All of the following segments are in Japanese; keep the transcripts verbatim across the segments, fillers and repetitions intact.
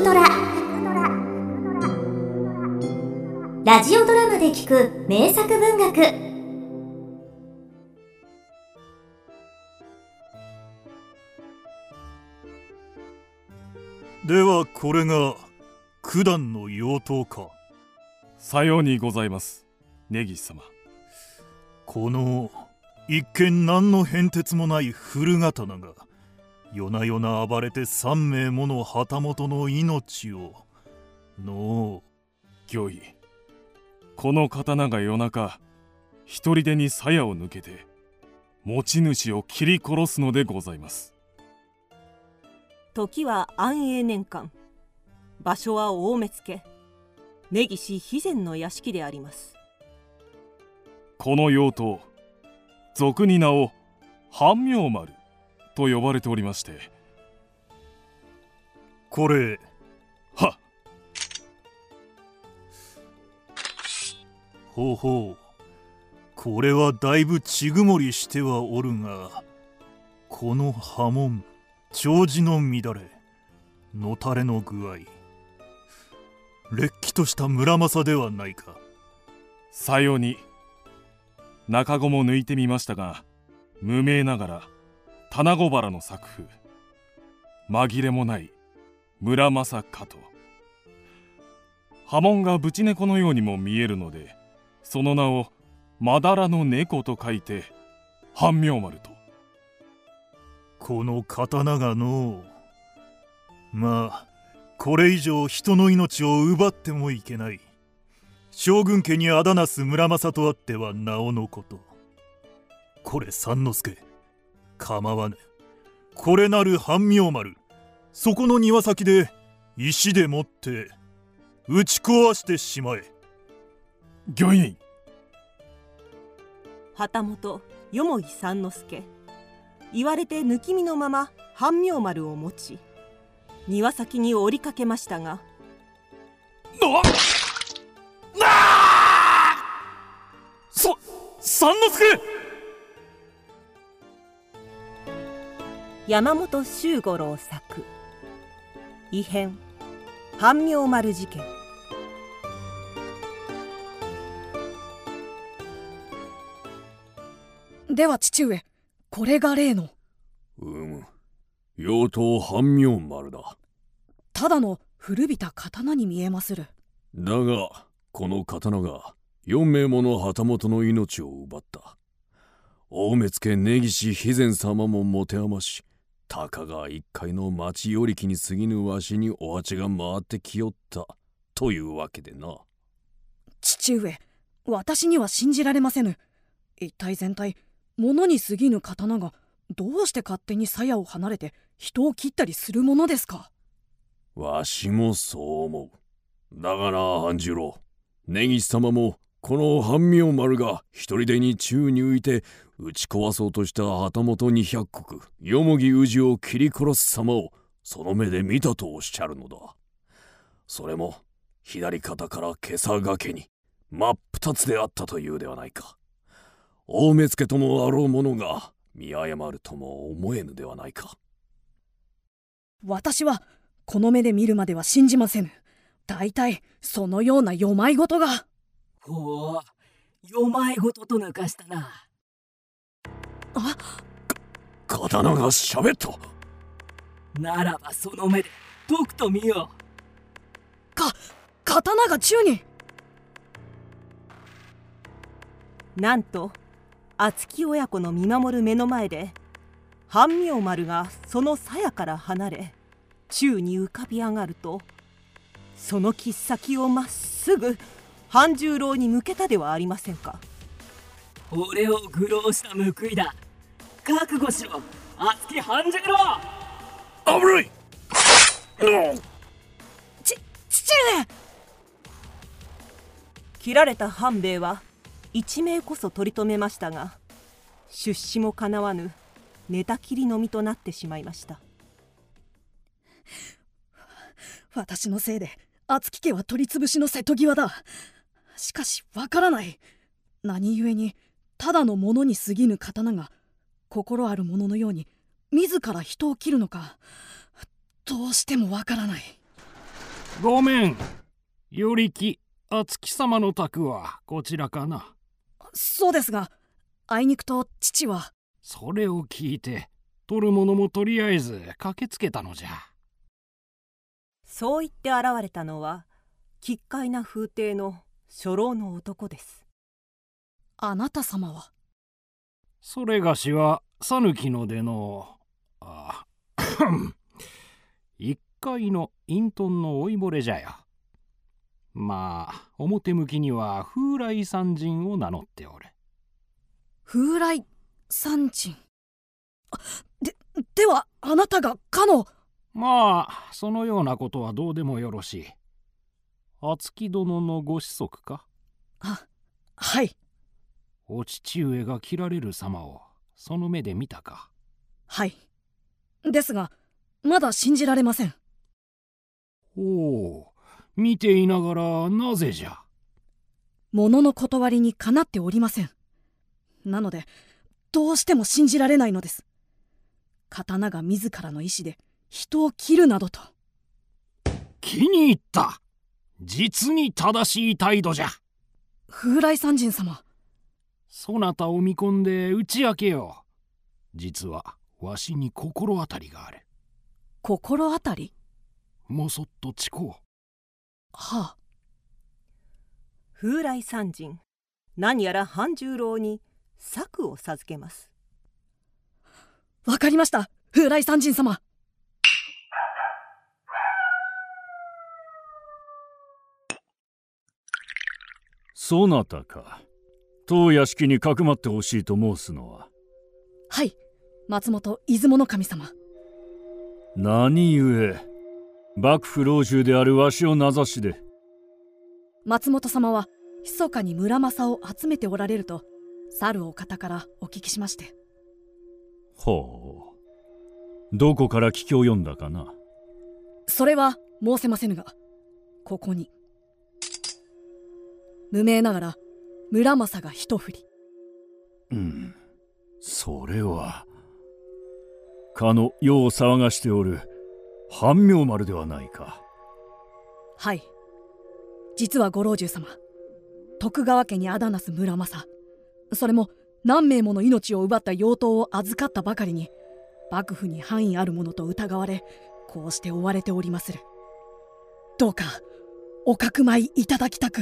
トラ。ラジオドラマで聞く名作文学。 ではこれが九段の妖刀か。 さようにございます、根岸様。 この一見何の変哲もない古刀が夜な夜な暴れて三名もの旗本の命をのう。 御意、この刀が夜中一人でに鞘を抜けて持ち主を切り殺すのでございます。 時は安永年間、場所は大目付根岸肥前の屋敷であります。 この妖刀、俗に名を半妙丸と呼ばれておりまして。 これはっ。 ほうほう、これはだいぶ血曇りしてはおるが、この刃文、丁子の乱れ、のたれの具合、れっきとした村正ではないか。 さように。中子も抜いてみましたが、無名ながら棚子原の作風、紛れもない村正かと。刃文がぶち猫のようにも見えるので、その名をまだらの猫と書いて半妙丸と。 この刀がのう、まあこれ以上人の命を奪ってもいけない。将軍家にあだなす村正とあってはなおのこと。これ三之助、構わぬ。これなる半妙丸、そこの庭先で石でもって打ち壊してしまえ。 御意。 旗本よもぎ三之助、言われて抜き身のまま半妙丸を持ち庭先に折りかけましたが、 ななあそ三之助。 山本周五郎作異変半妙丸事件。 では父上、これが例の。 うむ、妖刀半妙丸だ。 ただの古びた刀に見えまする。 だがこの刀が四名もの旗本の命を奪った。大目付根岸肥前様も持て余し、たかが一介の町寄り気に過ぎぬわしにお鉢が回ってきよったというわけでな。 父上、私には信じられませぬ。一体全体、物に過ぎぬ刀がどうして勝手に鞘を離れて人を切ったりするものですか。 わしもそう思う。だがな半十郎、根岸様もこの半妙丸が一人でに宙に浮いて打ち壊そうとした旗本二百石よもぎ氏を切り殺す様をその目で見たとおっしゃるのだ。それも左肩から袈裟掛けに真っ二つであったというではないか。大目付ともあろう者が見誤るとも思えぬではないか。 私はこの目で見るまでは信じませぬ。大体そのような世まいごとが。 ほう、世まいごとと抜かしたな。 あ、 刀がしゃべった。 ならばその目でとくと見よう。か刀が宙に。 なんと敦貴親子の見守る目の前で半妙丸がその鞘から離れ宙に浮かび上がると、その切っ先をまっすぐ半十郎に向けたではありませんか。 俺を愚弄した報いだ。覚悟しろ、敦貴半十郎。 危ない。 ち父上。 切られた半兵衛は一命こそ取り留めましたが、出資もかなわぬ寝たきりのみとなってしまいました。 私のせいで敦貴家は取り潰しの瀬戸際だ。しかしわからない。何故にただの物に過ぎぬ刀が心ある者のように自ら人を切るのか、どうしてもわからない。 ごめん。与力敦貴様の宅はこちらかな。 そうですが、あいにくと父は。 それを聞いて取るものもとりあえず駆けつけたのじゃ。 そう言って現れたのは奇怪な風体の初老の男です。 あなた様は？ それがしは讃岐の出のあ一階の隠遁の老いぼれじゃよ。まあ表向きには風来山人を名乗っておる。 風来山人。でではあなたがかの。 まあそのようなことはどうでもよろしい。敦貴殿のご子息か？ あ、はい。 お父上が切られる様をその目で見たか？ はい。ですがまだ信じられません。 おお、見ていながらなぜじゃ？ 物の断りにかなっておりません。なのでどうしても信じられないのです。刀が自らの意志で人を切るなどと。 気に入った。実に正しい態度じゃ。 風来山人様、 そなたを見込んで打ち明けよう。実はわしに心当たりがある。 心当たり？ もそっと誓おう。 はあ。 風来山人、何やら半十郎に策を授けます。 わかりました、風来山人様。 そなたか。当屋敷にかくまってほしいと申すのは？ はい、松本出雲の神様。 何故幕府老中であるわしを名指しで？ 松本様は密かに村正を集めておられると猿お方からお聞きしまして。 ほう、どこから聞き及んだかな？ それは申せませぬが、ここに無名ながら村正が一振り。 うん、それはかの世を騒がしておる半明丸ではないか。 はい、実はご老中様、徳川家にあだなす村正、それも何名もの命を奪った妖刀を預かったばかりに幕府に範囲あるものと疑われ、こうして追われておりまする。どうかおかくまいいただきたく。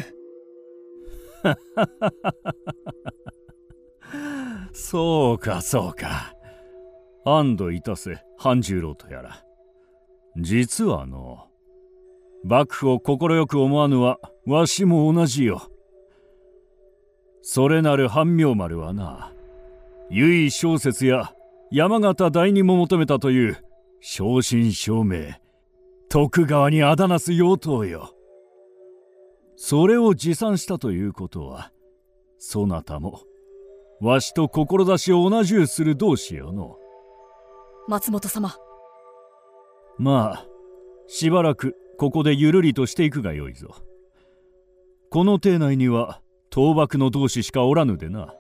そうかそうか、安堵いたせ半十郎とやら。実はの幕府を快く思わぬはわしも同じよ。それなる半明丸はな、由井正雪や山形第二も求めたという正真正銘徳川にあだなす妖刀よ。それを持参したということは、そなたもわしと志を同じゅうする同志よの。 松本様、 まあしばらくここでゆるりとしていくがよいぞ。この邸内には倒幕の同志しかおらぬでな。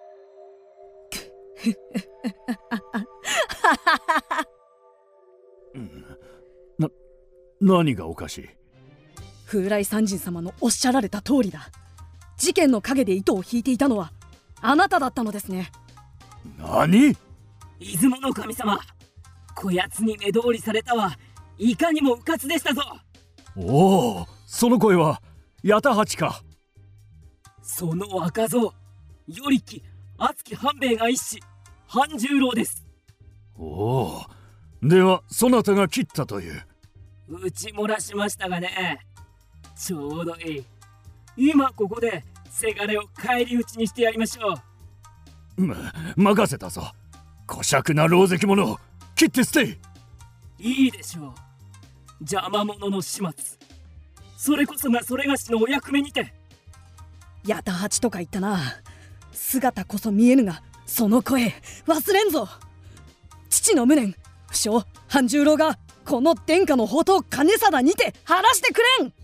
な、何がおかしい？ 風来山人様のおっしゃられた通りだ。事件の陰で糸を引いていたのはあなただったのですね。 何？ 出雲の神様、こやつに目通りされたはいかにもうかつでしたぞ。 おお、その声は八田八か。 その若造、与力敦貴半兵衛が一子半十郎です。 おお、ではそなたが切ったという？ 打ち漏らしましたがね。ちょうどいい。今ここでせがれを返り討ちにしてやりましょう。ま、任せたぞ。小尺な狼藉者を切って捨てい。 いいでしょう。邪魔者の始末、それこそがそれがしのお役目にて。 八田八とか言ったな。姿こそ見えぬがその声忘れんぞ。父の無念不肖半十郎がこの殿下の宝刀金貞にて晴らしてくれん。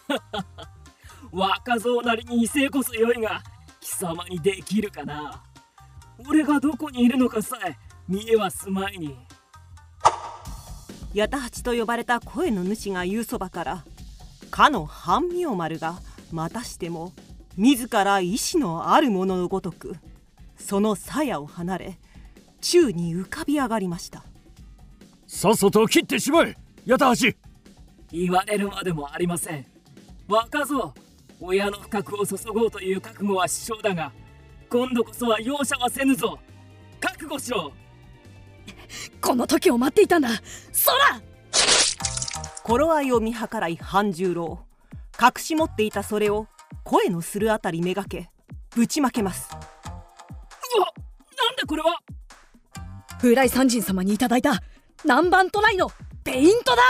若造なりに威勢こそよいが、貴様にできるかな。俺がどこにいるのかさえ見えはすまいに。 八田八と呼ばれた声の主が言うそばから、 かの半明丸がまたしても自ら意志のあるもののごとくその鞘を離れ宙に浮かび上がりました。 さっさと切ってしまえ、八田八。 言われるまでもありません。若造、親の不覚を注ごうという覚悟は至小だが、今度こそは容赦はせぬぞ。覚悟しろ。 この時を待っていたんだ。そら頃合いを見計らい半十郎、隠し持っていたそれを声のするあたりめがけぶちまけます。 うわ、なんだこれは。 風来三神様にいただいた南蛮トライのペイントだ。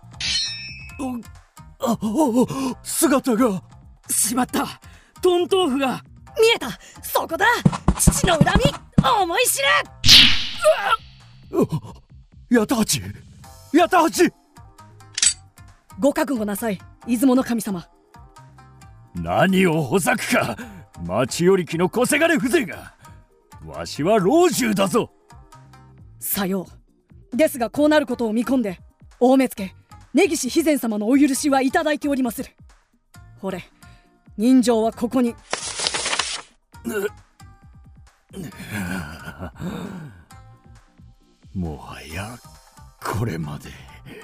ああ、姿が。 しまった、トン豆腐が見えた。そこだ。父の恨み思い知れ。 八田八、八田八。 ご覚悟なさい、出雲の神様。 何をほざくか、町寄り木の小せがれ風情が。わしは老中だぞ。 さようですが、こうなることを見込んで大目付根岸肥前様のお許しはいただいておりまする。ほれ、人情はここに。 もはやこれまで。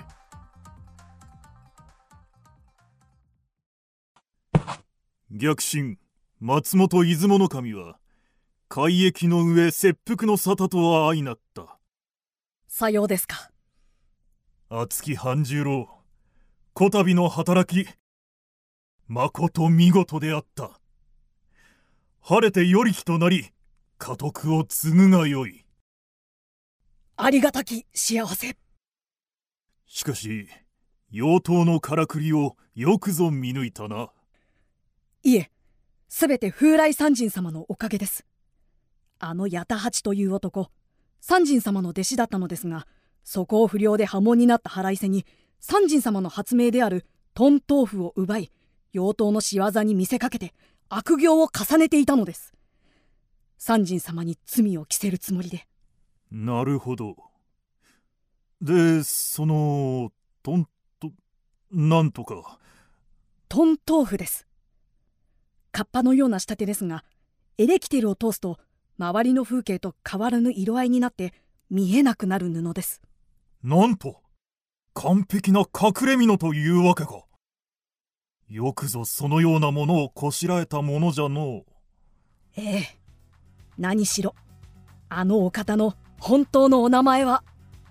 逆臣松本出雲守は海域の上切腹の沙汰とは相なった。 さようですか。 厚木半十郎、こたびの働きまこと見事であった。晴れてより日となり家督を継ぐがよい。 ありがたき幸せ。 しかし妖刀のからくりをよくぞ見抜いたな。 いえ、すべて風来三神様のおかげです。あの八田八という男、三神様の弟子だったのですが、そこを不良で破門になった腹いせに三神様の発明であるトン豆腐を奪い、妖刀の仕業に見せかけて悪行を重ねていたのです。三神様に罪を着せるつもりで。 なるほど。で、そのトンとなんとか。 トン豆腐です。カッパのような仕立てですが、エレキテルを通すと周りの風景と変わらぬ色合いになって見えなくなる布です。 なんと完璧な隠れ蓑というわけか。よくぞそのようなものをこしらえたものじゃのう。 ええ、何しろあのお方の本当のお名前は。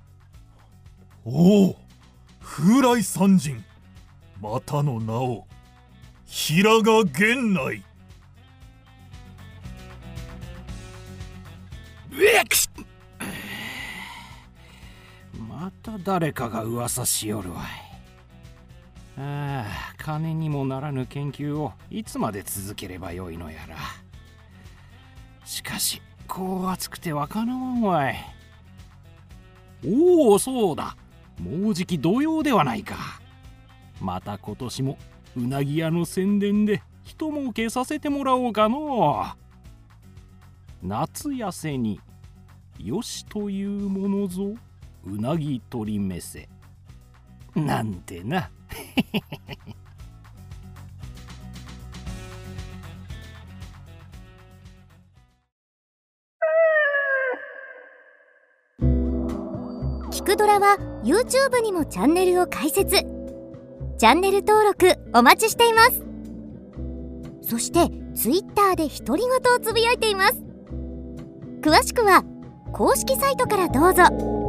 おお、風来三神、またの名を平賀源内。 また誰かが噂しよるわい。ああ、金にもならぬ研究をいつまで続ければよいのやら。しかしこう暑くてわからんわんわい。おお、そうだ、もうじき土曜ではないか。また今年もうなぎ屋の宣伝で一儲けさせてもらおうかのう。夏痩せによしというものぞ、うなぎ取りめせなんてな。 聞くドラは YouTube にもチャンネルを開設。チャンネル登録お待ちしています。そして Twitter で独り言をつぶやいています。詳しくは公式サイトからどうぞ。